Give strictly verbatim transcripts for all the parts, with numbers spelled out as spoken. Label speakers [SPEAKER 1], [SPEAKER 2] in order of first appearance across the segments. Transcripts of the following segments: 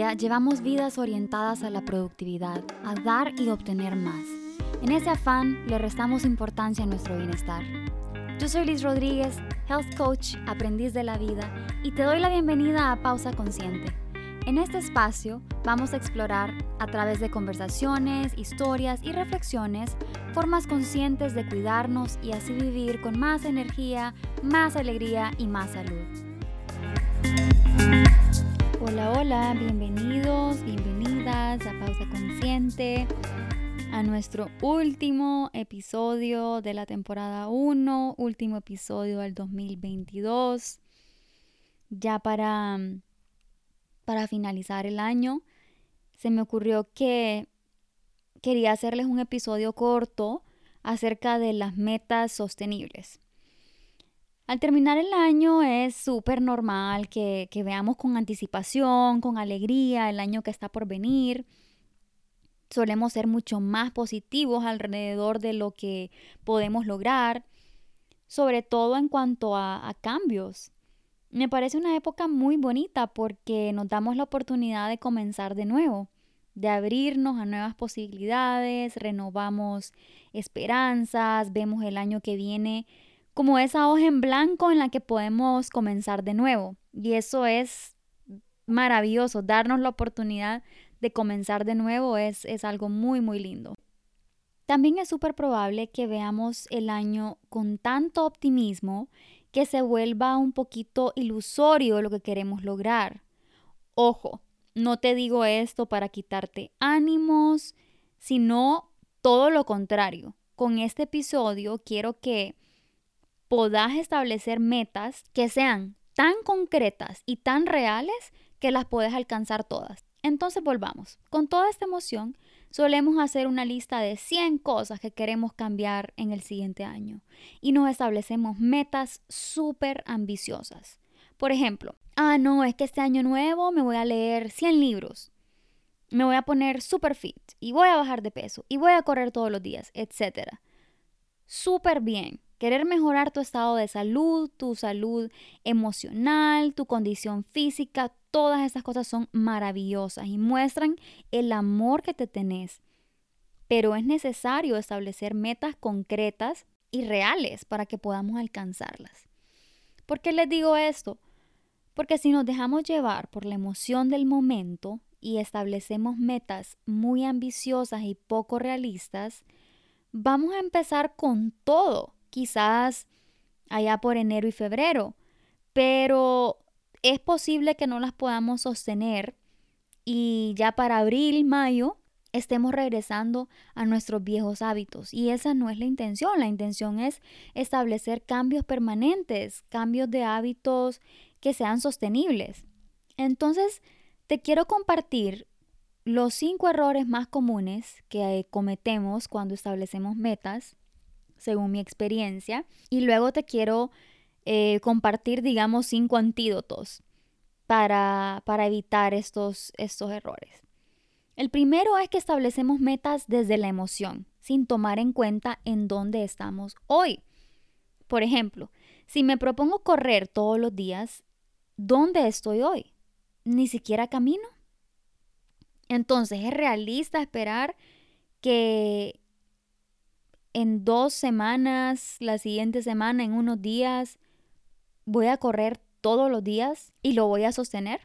[SPEAKER 1] día llevamos vidas orientadas a la productividad, a dar y obtener más. En ese afán le restamos importancia a nuestro bienestar. Yo soy Liz Rodríguez, Health Coach, aprendiz de la vida, y te doy la bienvenida a Pausa Consciente. En este espacio vamos a explorar, a través de conversaciones, historias y reflexiones, formas conscientes de cuidarnos y así vivir con más energía, más alegría y más salud. Hola, hola, bienvenidos, bienvenidas a Pausa Consciente, a nuestro último episodio de la temporada uno, último episodio del dos mil veintidós, ya para, para finalizar el año. Se me ocurrió que quería hacerles un episodio corto acerca de las metas sostenibles. Al terminar el año es súper normal que, que veamos con anticipación, con alegría el año que está por venir. Solemos ser mucho más positivos alrededor de lo que podemos lograr, sobre todo en cuanto a, a cambios. Me parece una época muy bonita porque nos damos la oportunidad de comenzar de nuevo, de abrirnos a nuevas posibilidades, renovamos esperanzas, vemos el año que viene como esa hoja en blanco en la que podemos comenzar de nuevo. Y eso es maravilloso, darnos la oportunidad de comenzar de nuevo es, es algo muy, muy lindo. También es súper probable que veamos el año con tanto optimismo que se vuelva un poquito ilusorio lo que queremos lograr. Ojo, no te digo esto para quitarte ánimos, sino todo lo contrario. Con este episodio quiero que podás establecer metas que sean tan concretas y tan reales que las puedes alcanzar todas. Entonces volvamos. Con toda esta emoción, solemos hacer una lista de cien cosas que queremos cambiar en el siguiente año y nos establecemos metas súper ambiciosas. Por ejemplo, ah, no, es que este año nuevo me voy a leer cien libros, me voy a poner súper fit y voy a bajar de peso y voy a correr todos los días, etcétera. Súper bien. Querer mejorar tu estado de salud, tu salud emocional, tu condición física, todas esas cosas son maravillosas y muestran el amor que te tenés. Pero es necesario establecer metas concretas y reales para que podamos alcanzarlas. ¿Por qué les digo esto? Porque si nos dejamos llevar por la emoción del momento y establecemos metas muy ambiciosas y poco realistas, vamos a empezar con todo. Quizás allá por enero y febrero, pero es posible que no las podamos sostener y ya para abril, mayo, estemos regresando a nuestros viejos hábitos. Y esa no es la intención. La intención es establecer cambios permanentes, cambios de hábitos que sean sostenibles. Entonces, te quiero compartir los cinco errores más comunes que cometemos cuando establecemos metas, según mi experiencia, y luego te quiero eh, compartir, digamos, cinco antídotos para, para evitar estos, estos errores. El primero es que establecemos metas desde la emoción, sin tomar en cuenta en dónde estamos hoy. Por ejemplo, si me propongo correr todos los días, ¿dónde estoy hoy? Ni siquiera camino. Entonces, ¿es realista esperar que en dos semanas, la siguiente semana, en unos días, voy a correr todos los días y lo voy a sostener?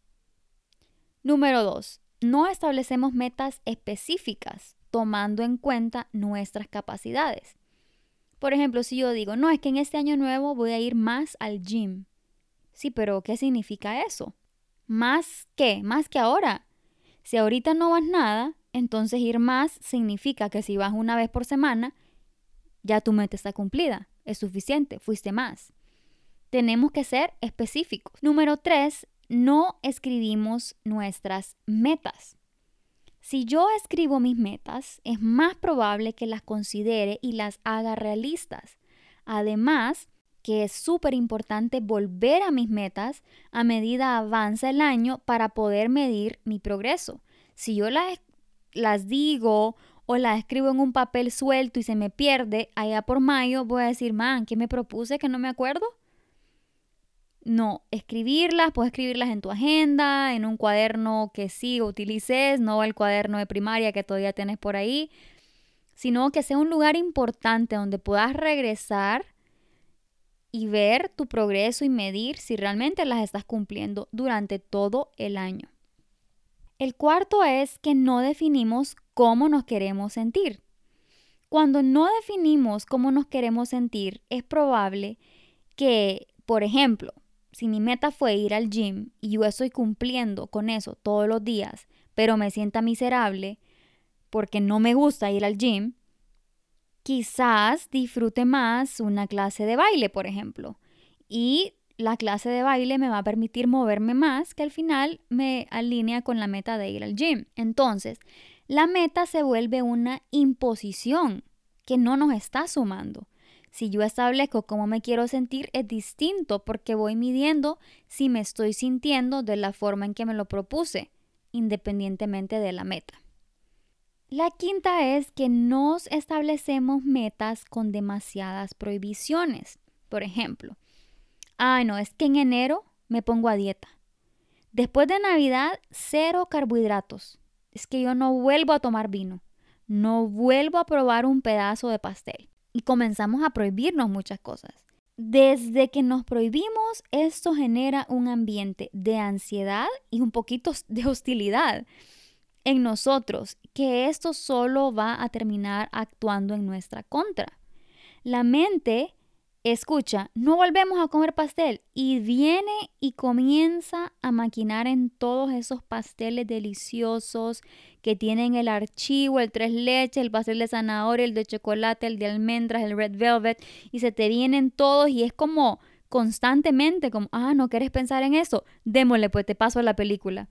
[SPEAKER 1] Número dos, no establecemos metas específicas tomando en cuenta nuestras capacidades. Por ejemplo, si yo digo, no, es que en este año nuevo voy a ir más al gym. Sí, pero ¿qué significa eso? ¿Más qué? ¿Más que ahora? Si ahorita no vas nada, entonces ir más significa que si vas una vez por semana, ya tu meta está cumplida, es suficiente, fuiste más. Tenemos que ser específicos. Número tres, no escribimos nuestras metas. Si yo escribo mis metas, es más probable que las considere y las haga realistas. Además, que es súper importante volver a mis metas a medida avanza el año para poder medir mi progreso. Si yo las, las digo o las escribo en un papel suelto y se me pierde, allá por mayo voy a decir, man, ¿qué me propuse que no me acuerdo? No, escribirlas, puedes escribirlas en tu agenda, en un cuaderno que sí utilices, no el cuaderno de primaria que todavía tienes por ahí, sino que sea un lugar importante donde puedas regresar y ver tu progreso y medir si realmente las estás cumpliendo durante todo el año. El cuarto es que no definimos cómo nos queremos sentir. Cuando no definimos cómo nos queremos sentir, es probable que, por ejemplo, si mi meta fue ir al gym y yo estoy cumpliendo con eso todos los días, pero me sienta miserable porque no me gusta ir al gym, quizás disfrute más una clase de baile, por ejemplo. Y la clase de baile me va a permitir moverme más, que al final me alinea con la meta de ir al gym. Entonces, la meta se vuelve una imposición que no nos está sumando. Si yo establezco cómo me quiero sentir, es distinto porque voy midiendo si me estoy sintiendo de la forma en que me lo propuse, independientemente de la meta. La quinta es que nos establecemos metas con demasiadas prohibiciones. Por ejemplo, ah, no, es que en enero me pongo a dieta. Después de Navidad, cero carbohidratos. Es que yo no vuelvo a tomar vino. No vuelvo a probar un pedazo de pastel. Y comenzamos a prohibirnos muchas cosas. Desde que nos prohibimos, esto genera un ambiente de ansiedad y un poquito de hostilidad en nosotros, que esto solo va a terminar actuando en nuestra contra. La mente escucha, no volvemos a comer pastel, y viene y comienza a maquinar en todos esos pasteles deliciosos que tienen el archivo, el tres leches, el pastel de zanahoria, el de chocolate, el de almendras, el red velvet, y se te vienen todos y es como constantemente como, ah, ¿no quieres pensar en eso? Démosle, pues te paso a la película.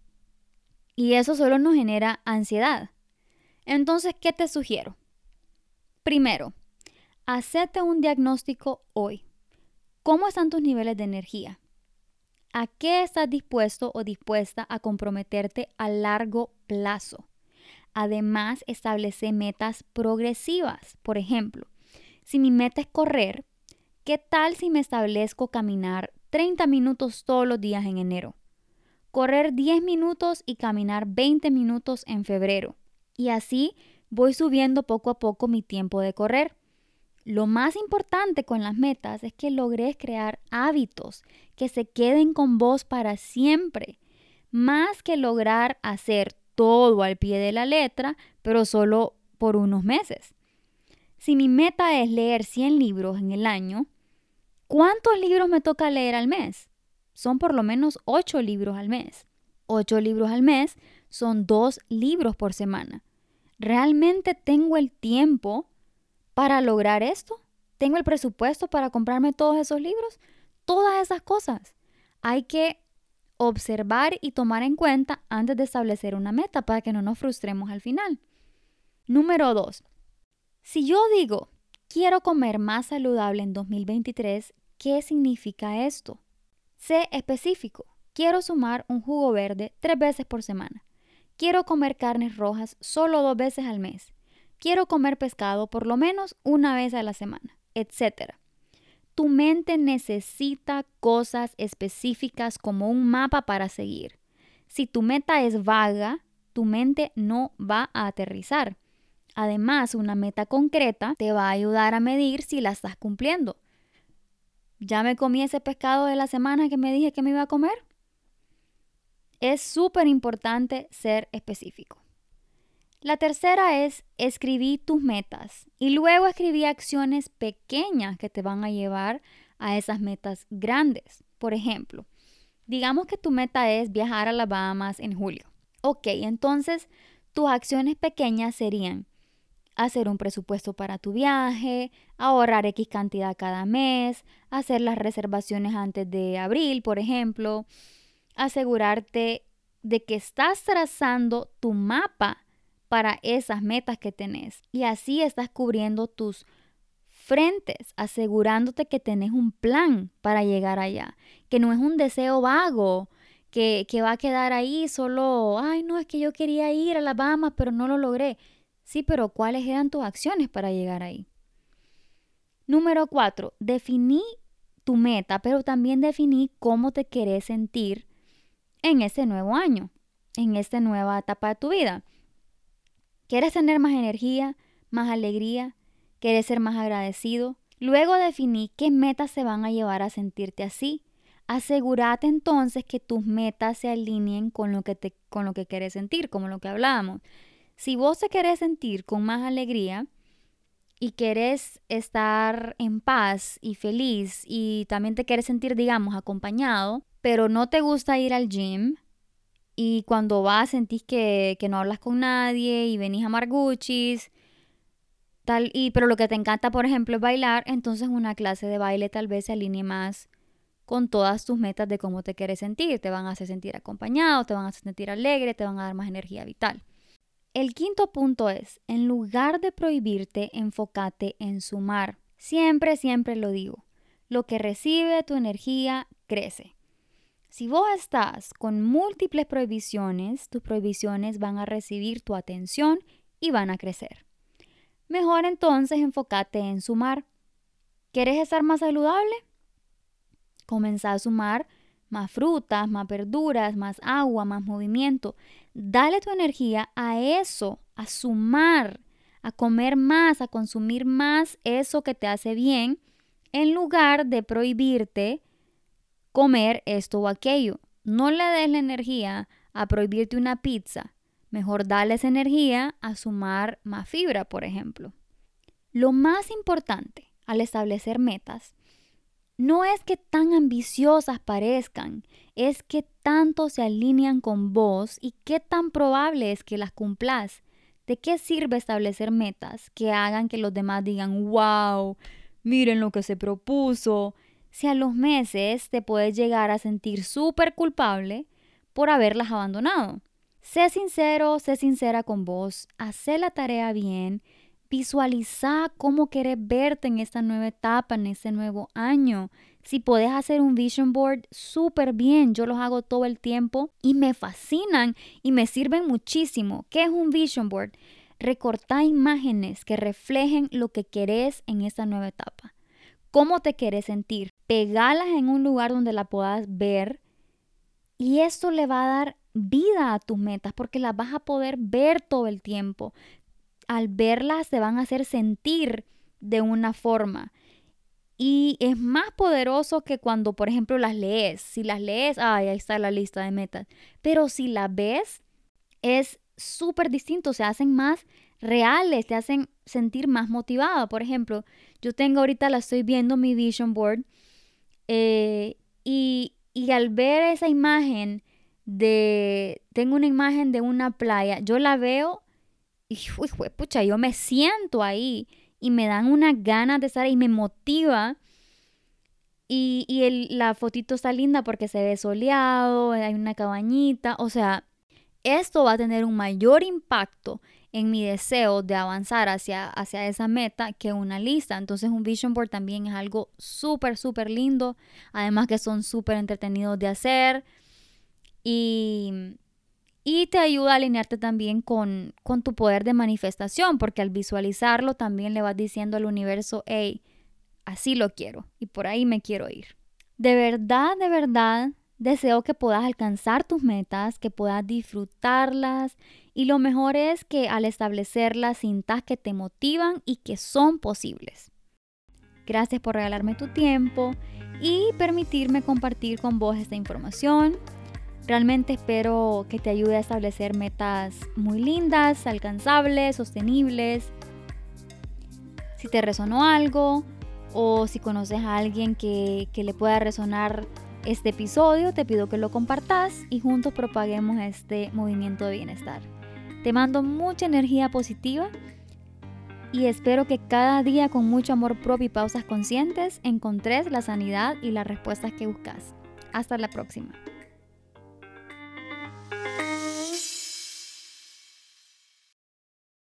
[SPEAKER 1] Y eso solo nos genera ansiedad. Entonces, ¿qué te sugiero? Primero, hacete un diagnóstico hoy. ¿Cómo están tus niveles de energía? ¿A qué estás dispuesto o dispuesta a comprometerte a largo plazo? Además, establece metas progresivas. Por ejemplo, si mi meta es correr, ¿qué tal si me establezco caminar treinta minutos todos los días en enero? Correr diez minutos y caminar veinte minutos en febrero. Y así voy subiendo poco a poco mi tiempo de correr. Lo más importante con las metas es que logres crear hábitos que se queden con vos para siempre, más que lograr hacer todo al pie de la letra, pero solo por unos meses. Si mi meta es leer cien libros en el año, ¿cuántos libros me toca leer al mes? Son por lo menos ocho libros al mes. ocho libros al mes son dos libros por semana. ¿Realmente tengo el tiempo para lograr esto? ¿Tengo el presupuesto para comprarme todos esos libros? Todas esas cosas hay que observar y tomar en cuenta antes de establecer una meta para que no nos frustremos al final. Número dos. Si yo digo, quiero comer más saludable en dos mil veintitrés, ¿qué significa esto? Sé específico. Quiero sumar un jugo verde tres veces por semana. Quiero comer carnes rojas solo dos veces al mes. Quiero comer pescado por lo menos una vez a la semana, etcétera. Tu mente necesita cosas específicas como un mapa para seguir. Si tu meta es vaga, tu mente no va a aterrizar. Además, una meta concreta te va a ayudar a medir si la estás cumpliendo. ¿Ya me comí ese pescado de la semana que me dije que me iba a comer? Es súper importante ser específico. La tercera es escribir tus metas y luego escribir acciones pequeñas que te van a llevar a esas metas grandes. Por ejemplo, digamos que tu meta es viajar a las Bahamas en julio. Ok, entonces tus acciones pequeñas serían hacer un presupuesto para tu viaje, ahorrar X cantidad cada mes, hacer las reservaciones antes de abril, por ejemplo, asegurarte de que estás trazando tu mapa para esas metas que tenés y así estás cubriendo tus frentes, asegurándote que tenés un plan para llegar allá, que no es un deseo vago, que, que va a quedar ahí solo, ay no, es que yo quería ir a las Bahamas pero no lo logré. Sí, pero ¿cuáles eran tus acciones para llegar ahí? Número cuatro, definí tu meta, pero también definí cómo te querés sentir en este nuevo año, en esta nueva etapa de tu vida. ¿Quieres tener más energía, más alegría? ¿Quieres ser más agradecido? Luego definí qué metas se van a llevar a sentirte así. Asegúrate entonces que tus metas se alineen con lo que te, con lo que quieres sentir, como lo que hablábamos. Si vos te querés sentir con más alegría y querés estar en paz y feliz y también te quieres sentir, digamos, acompañado, pero no te gusta ir al gym y cuando vas sentís que, que no hablas con nadie y venís a marguchis, tal, y, pero lo que te encanta, por ejemplo, es bailar, entonces una clase de baile tal vez se alinee más con todas tus metas de cómo te quieres sentir. Te van a hacer sentir acompañado, te van a hacer sentir alegre, te van a dar más energía vital. El quinto punto es, en lugar de prohibirte, enfócate en sumar. Siempre, siempre lo digo. Lo que recibe tu energía crece. Si vos estás con múltiples prohibiciones, tus prohibiciones van a recibir tu atención y van a crecer. Mejor entonces enfócate en sumar. ¿Quieres estar más saludable? Comenzá a sumar más frutas, más verduras, más agua, más movimiento. Dale tu energía a eso, a sumar, a comer más, a consumir más eso que te hace bien, en lugar de prohibirte comer esto o aquello. No le des la energía a prohibirte una pizza. Mejor dale esa energía a sumar más fibra, por ejemplo. Lo más importante al establecer metas no es que tan ambiciosas parezcan, es que tanto se alinean con vos y qué tan probable es que las cumplas. ¿De qué sirve establecer metas que hagan que los demás digan, wow, miren lo que se propuso? Si a los meses te puedes llegar a sentir súper culpable por haberlas abandonado. Sé sincero, sé sincera con vos, haz la tarea bien. Visualiza cómo querés verte en esta nueva etapa, en este nuevo año. Si podés hacer un vision board, súper bien. Yo los hago todo el tiempo y me fascinan y me sirven muchísimo. ¿Qué es un vision board? Recortar imágenes que reflejen lo que querés en esta nueva etapa. ¿Cómo te querés sentir? Pegalas en un lugar donde la puedas ver y esto le va a dar vida a tus metas porque las vas a poder ver todo el tiempo. Al verlas te van a hacer sentir de una forma. Y es más poderoso que cuando, por ejemplo, las lees. Si las lees, ay, ahí está la lista de metas. Pero si las ves, es súper distinto. Se hacen más reales, te hacen sentir más motivada. Por ejemplo, yo tengo ahorita, la estoy viendo, mi vision board. Eh, y, y al ver esa imagen de... Tengo una imagen de una playa. Yo la veo... Y uy, pucha, yo me siento ahí y me dan unas ganas de estar ahí, me motiva. Y, y el, la fotito está linda porque se ve soleado, hay una cabañita. O sea, esto va a tener un mayor impacto en mi deseo de avanzar hacia, hacia esa meta que una lista. Entonces un vision board también es algo súper, súper lindo. Además que son súper entretenidos de hacer. Y... Y te ayuda a alinearte también con, con tu poder de manifestación, porque al visualizarlo también le vas diciendo al universo, hey, así lo quiero y por ahí me quiero ir. De verdad, de verdad, deseo que puedas alcanzar tus metas, que puedas disfrutarlas y lo mejor es que al establecerlas sintas que te motivan y que son posibles. Gracias por regalarme tu tiempo y permitirme compartir con vos esta información. Realmente espero que te ayude a establecer metas muy lindas, alcanzables, sostenibles. Si te resonó algo o si conoces a alguien que, que le pueda resonar este episodio, te pido que lo compartas y juntos propaguemos este movimiento de bienestar. Te mando mucha energía positiva y espero que cada día con mucho amor propio y pausas conscientes encontres la sanidad y las respuestas que buscas. Hasta la próxima.